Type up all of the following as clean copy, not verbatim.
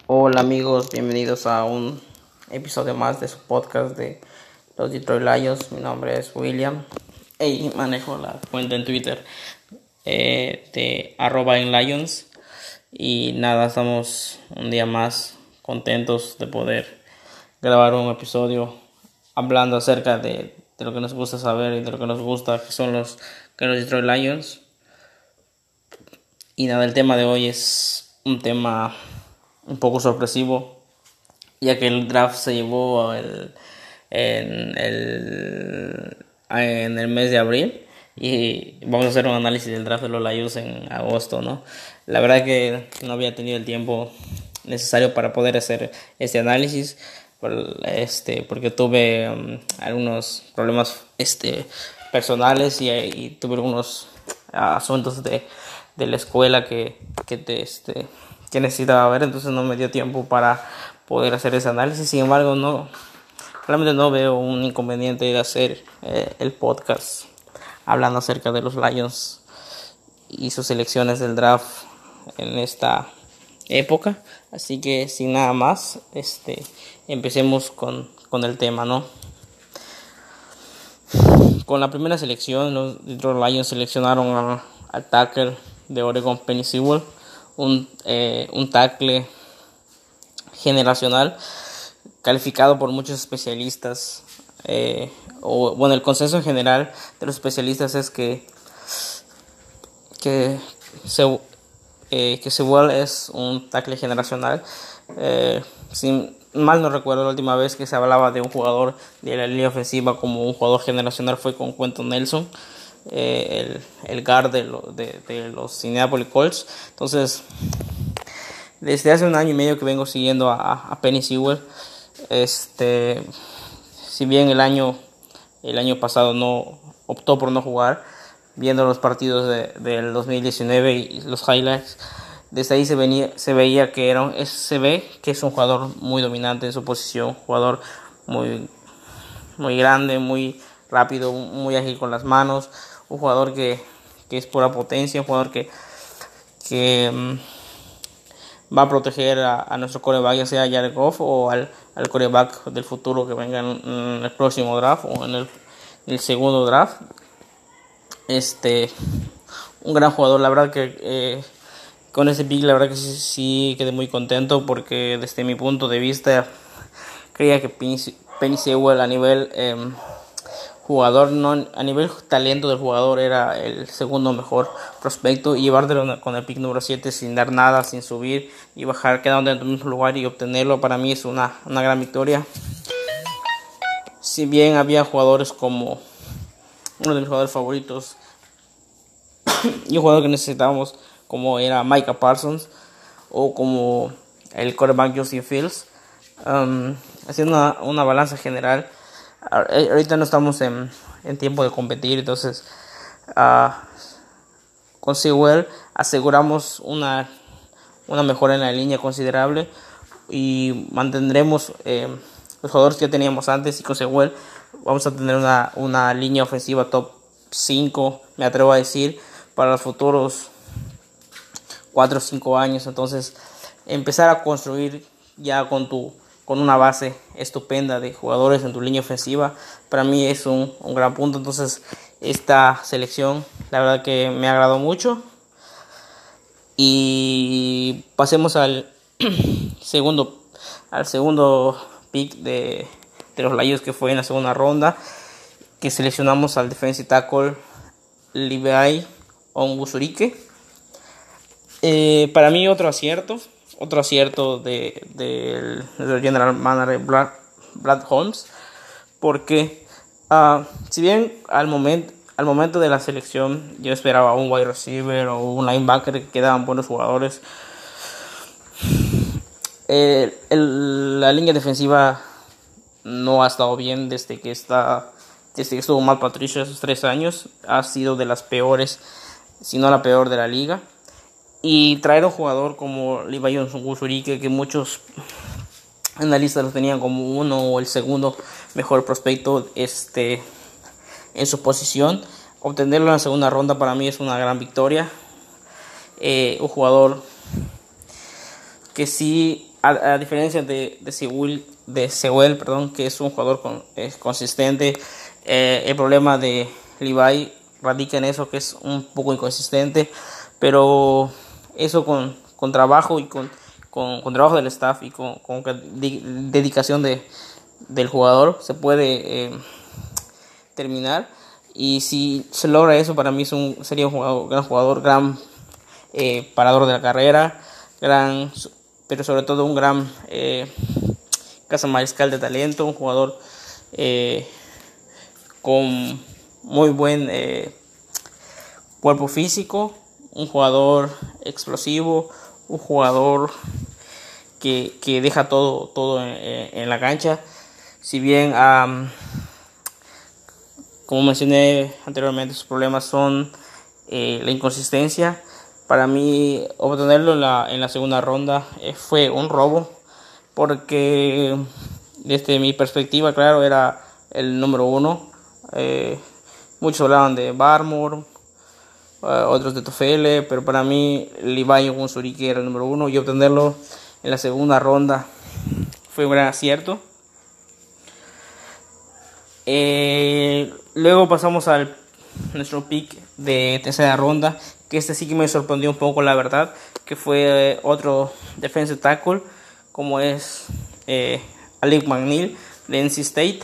Hola amigos, bienvenidos a un episodio más de su podcast de los Detroit Lions. Mi nombre es William y manejo la cuenta en Twitter de @enlions. Y nada, estamos un día más contentos de poder grabar un episodio hablando acerca de lo que nos gusta saber y de lo que nos gusta, que son los Detroit Lions. Y nada, el tema de hoy es un tema un poco sorpresivo, ya que el draft se llevó en el mes de abril y vamos a hacer un análisis del draft de los Lions en agosto, ¿no? La verdad que no había tenido el tiempo necesario para poder hacer este análisis porque tuve algunos problemas personales y tuve algunos asuntos de la escuela que necesitaba ver, entonces no me dio tiempo para poder hacer ese análisis. Sin embargo, realmente no veo un inconveniente de hacer el podcast hablando acerca de los Lions y sus selecciones del draft en esta época. Así que sin nada más, empecemos con el tema, ¿no? Con la primera selección, los Detroit Lions seleccionaron al tackle de Oregon, Penei Sewell, un tackle generacional calificado por muchos especialistas, el consenso en general de los especialistas es que Sewell es un tackle generacional. Si mal no recuerdo, la última vez que se hablaba de un jugador de la línea ofensiva como un jugador generacional fue con Quentin Nelson, el guard de los Indianapolis Colts. Entonces, desde hace un año y medio que vengo siguiendo a Penei Sewell. Si bien el año pasado no optó por no jugar, viendo los partidos del 2019 y los highlights, desde ahí se veía que se ve que es un jugador muy dominante en su posición, jugador muy grande, muy rápido, muy ágil con las manos, un jugador que es pura potencia, un jugador que va a proteger a nuestro quarterback, ya sea Jared Goff o al quarterback del futuro que venga en el próximo draft o en el segundo draft. Un gran jugador, la verdad que con ese pick la verdad que sí quedé muy contento, porque desde mi punto de vista creía que Penei Sewell a nivel jugador, no a nivel talento del jugador, era el segundo mejor prospecto, y llevártelo con el pick número 7 sin dar nada, sin subir y bajar, quedando en el mismo lugar y obtenerlo, para mí es una gran victoria. Si bien había jugadores como uno de mis jugadores favoritos y un jugador que necesitábamos, como era Micah Parsons o como el quarterback Justin Fields, haciendo una balanza general, ahorita no estamos en tiempo de competir, entonces con Sewell aseguramos una mejora en la línea considerable y mantendremos los jugadores que ya teníamos antes, y con Sewell vamos a tener una línea ofensiva top 5, me atrevo a decir, para los futuros 4 o 5 años. Entonces, empezar a construir ya con una base estupenda de jugadores en tu línea ofensiva, para mí es un gran punto. Entonces, esta selección la verdad que me agradó mucho. Y pasemos al segundo pick de los Lions, que fue en la segunda ronda, que seleccionamos al defensive tackle Levi Onwuzurike. Para mí otro acierto del general manager Brad Holmes, porque si bien al momento de la selección yo esperaba un wide receiver o un linebacker, que quedaban buenos jugadores, la línea defensiva no ha estado bien desde que estuvo Matt Patricia esos 3 años. Ha sido de las peores, si no la peor de la liga. Y traer a un jugador como Levi Onwuzurike, que muchos analistas lo tenían como uno o el segundo mejor prospecto en su posición, obtenerlo en la segunda ronda para mí es una gran victoria. Un jugador que sí a diferencia de Sewell, perdón, que es un jugador consistente, el problema de Levi radica en eso, que es un poco inconsistente, pero eso con trabajo y con trabajo del staff y con dedicación del jugador se puede terminar. Y si se logra eso, para mí sería un gran jugador, gran parador de la carrera, pero sobre todo un gran cazamariscal de talento, un jugador con muy buen cuerpo físico, un jugador explosivo, un jugador que deja todo en la cancha. Si bien, como mencioné anteriormente, sus problemas son la inconsistencia, para mí obtenerlo en la segunda ronda fue un robo, porque desde mi perspectiva, claro, era el número uno. Muchos hablaban de Barmore, otros de Tofele, pero para mí Levi Onwuzurike era el número uno y obtenerlo en la segunda ronda fue un gran acierto. Luego pasamos al nuestro pick de tercera ronda, que este sí que me sorprendió un poco, la verdad, que fue otro defensive tackle, como es Alec McNeil de NC State.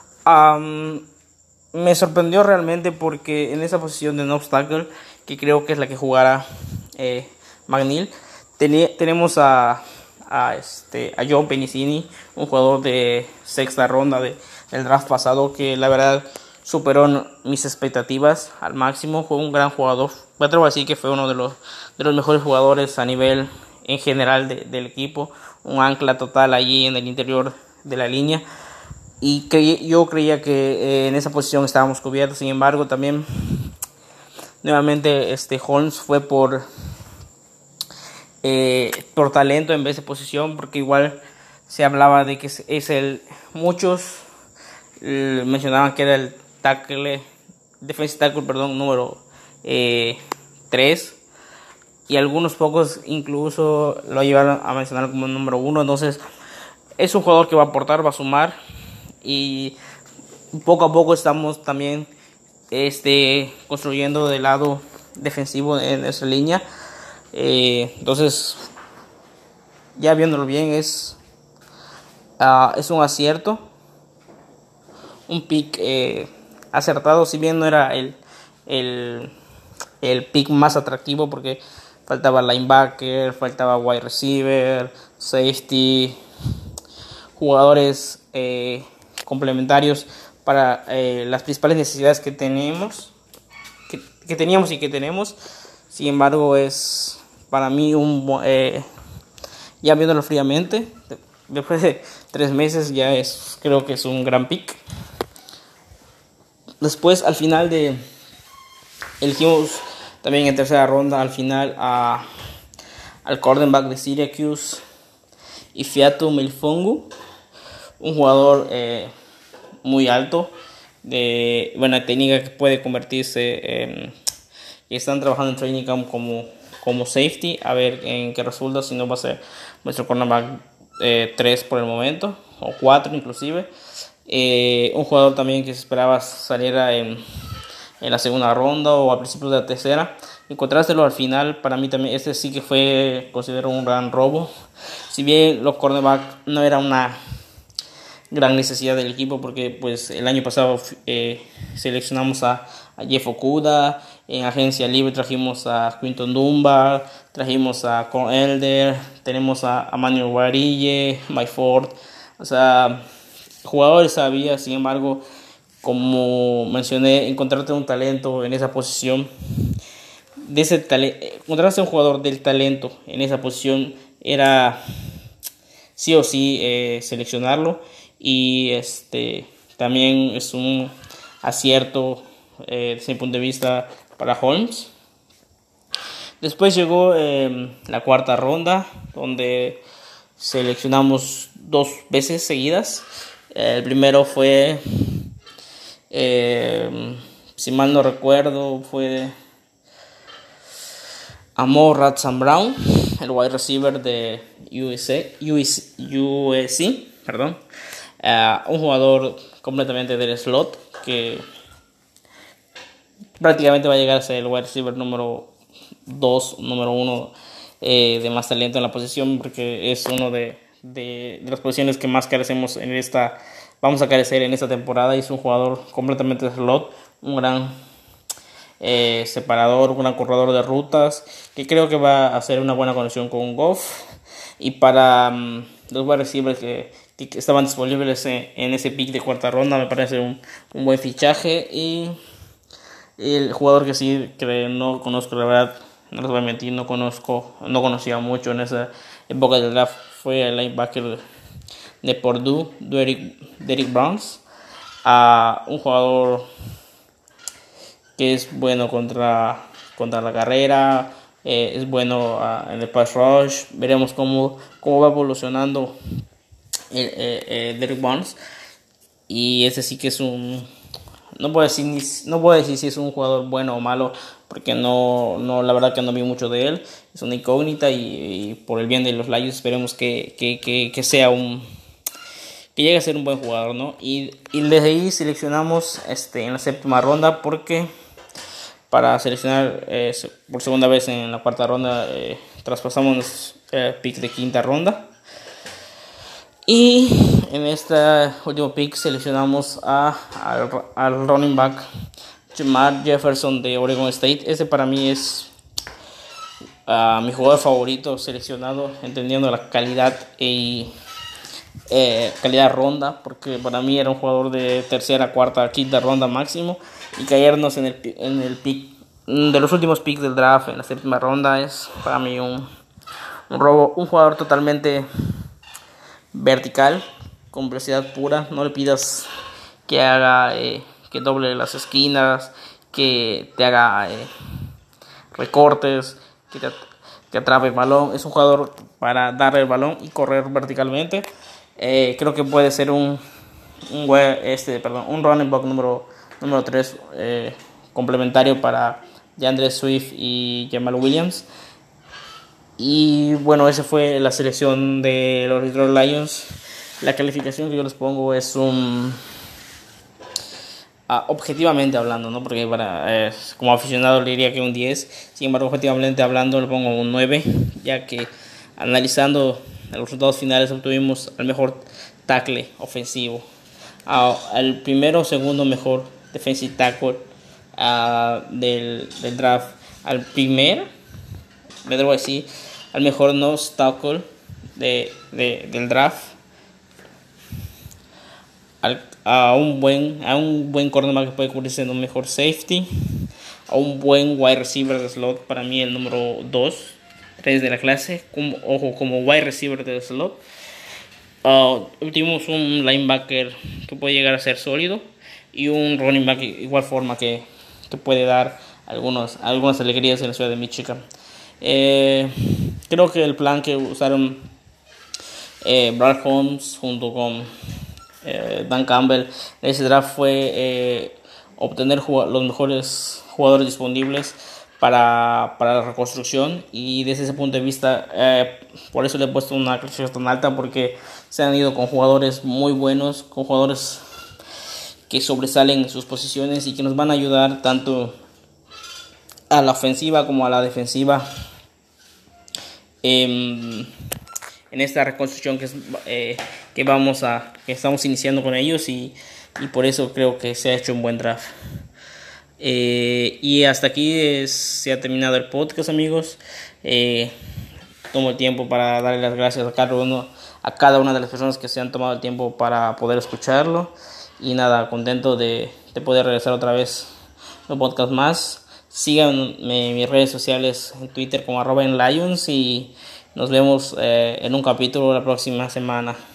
Me sorprendió realmente porque en esa posición de nose tackle, que creo que es la que jugará McNeil, tenemos a John Penicini, un jugador de sexta ronda del draft pasado, que la verdad superó mis expectativas al máximo. Fue un gran jugador. Me atrevo a decir que fue uno de los mejores jugadores a nivel en general del equipo. Un ancla total allí en el interior de la línea. Y yo creía que en esa posición estábamos cubiertos. Sin embargo, también nuevamente Holmes fue por talento en vez de posición, porque igual se hablaba de que muchos mencionaban que era el defensive tackle, número 3, y algunos pocos incluso lo llevaron a mencionar como número 1. Entonces es un jugador que va a aportar, va a sumar, y poco a poco estamos también construyendo del lado defensivo en esa línea. Entonces, ya viéndolo bien, es un acierto, un pick acertado, si bien no era el pick más atractivo, porque faltaba linebacker, faltaba wide receiver, safety, jugadores complementarios para las principales necesidades que teníamos y que tenemos. Sin embargo, es para mí ya viéndolo fríamente, después de 3 meses, creo que es un gran pick. Después, al final elegimos también en tercera ronda, al final, al cornerback de Syracuse, Ifeatu Melifonwu, un jugador muy alto, de buena técnica, que puede convertirse y están trabajando en training camp como safety, a ver en qué resulta, si no va a ser nuestro cornerback 3 por el momento, o 4 inclusive. Un jugador también que se esperaba saliera en la segunda ronda o a principios de la tercera. Encontrárselo al final, para mí también sí que considero un gran robo. Si bien los cornerbacks no era una gran necesidad del equipo, porque pues el año pasado seleccionamos a Jeff Okudah, en agencia libre trajimos a Quinton Dunbar, trajimos a Con Elder, tenemos a Manuel Guarille, Mike Ford, o sea, jugadores había. Sin embargo, como mencioné, encontrarte un talento en esa posición, encontrarse un jugador del talento en esa posición era sí o sí seleccionarlo, y también es un acierto desde mi punto de vista para Holmes. Después llegó la cuarta ronda, donde seleccionamos 2 veces seguidas. El primero fue, si mal no recuerdo, fue Amon-Ra St. Brown, el wide receiver de USC, perdón. Un jugador completamente del slot que prácticamente va a llegar a ser el wide receiver número 2, número 1 de más talento en la posición, porque es uno de las posiciones que más carecemos vamos a carecer en esta temporada, y es un jugador completamente de slot, un gran separador, un gran corredor de rutas, que creo que va a hacer una buena conexión con Goff. Y para los wide receivers que estaban disponibles en ese pick de cuarta ronda, me parece un buen fichaje. Y el jugador que sí, que no conozco, la verdad, no les voy a mentir, no conocía mucho en esa época del draft, fue el linebacker de Purdue, Derrick Browns. Un jugador que es bueno contra la carrera, es bueno en el pass rush. Veremos cómo va evolucionando Derrick Browns. Y ese sí que es no puedo decir si es un jugador bueno o malo, porque la verdad que no vi mucho de él. Es una incógnita, y por el bien de los Lions esperemos que sea que llegue a ser un buen jugador, ¿no? Y desde ahí seleccionamos en la séptima ronda, porque para seleccionar por segunda vez en la cuarta ronda traspasamos pick de quinta ronda. Y en este último pick seleccionamos al running back Jermar Jefferson de Oregon State. Ese para mí es mi jugador favorito seleccionado, entendiendo la calidad y calidad ronda, porque para mí era un jugador de tercera, cuarta, quinta ronda máximo, y caernos en el pick de los últimos picks del draft en la séptima ronda es para mí un robo. Un jugador totalmente vertical, con velocidad pura. No le pidas que haga que doble las esquinas, que te haga recortes, que atrape el balón. Es un jugador para darle el balón y correr verticalmente. Creo que puede ser un running back número 3 complementario para DeAndre Swift y Jamal Williams. Y bueno, esa fue la selección de los Detroit Lions. La calificación que yo les pongo es objetivamente hablando, ¿no? Porque como aficionado le diría que un 10. Sin embargo, objetivamente hablando le pongo un 9, ya que analizando los resultados finales obtuvimos al mejor tackle ofensivo, al primero o segundo mejor defensive tackle del draft, al primer, me debo decir, al mejor nose tackle del draft, a un buen cornerback que puede cubrirse en un mejor safety, a un buen wide receiver de slot, para mí el número 3 de la clase, como wide receiver de slot. Tuvimos un linebacker que puede llegar a ser sólido, y un running back igual forma que puede dar algunas alegrías en la ciudad de Michigan. Creo que el plan que usaron Brad Holmes junto con Dan Campbell en ese draft fue obtener los mejores jugadores disponibles para la reconstrucción, y desde ese punto de vista por eso le he puesto una calificación tan alta, porque se han ido con jugadores muy buenos, con jugadores que sobresalen en sus posiciones y que nos van a ayudar tanto a la ofensiva como a la defensiva en esta reconstrucción que estamos iniciando con ellos, y por eso creo que se ha hecho un buen draft. Y hasta aquí se ha terminado el podcast, amigos. Tomo el tiempo para darle las gracias a cada una de las personas que se han tomado el tiempo para poder escucharlo, y nada, contento de poder regresar otra vez un podcast más. Síganme en mis redes sociales, en Twitter como @enlions, y nos vemos en un capítulo la próxima semana.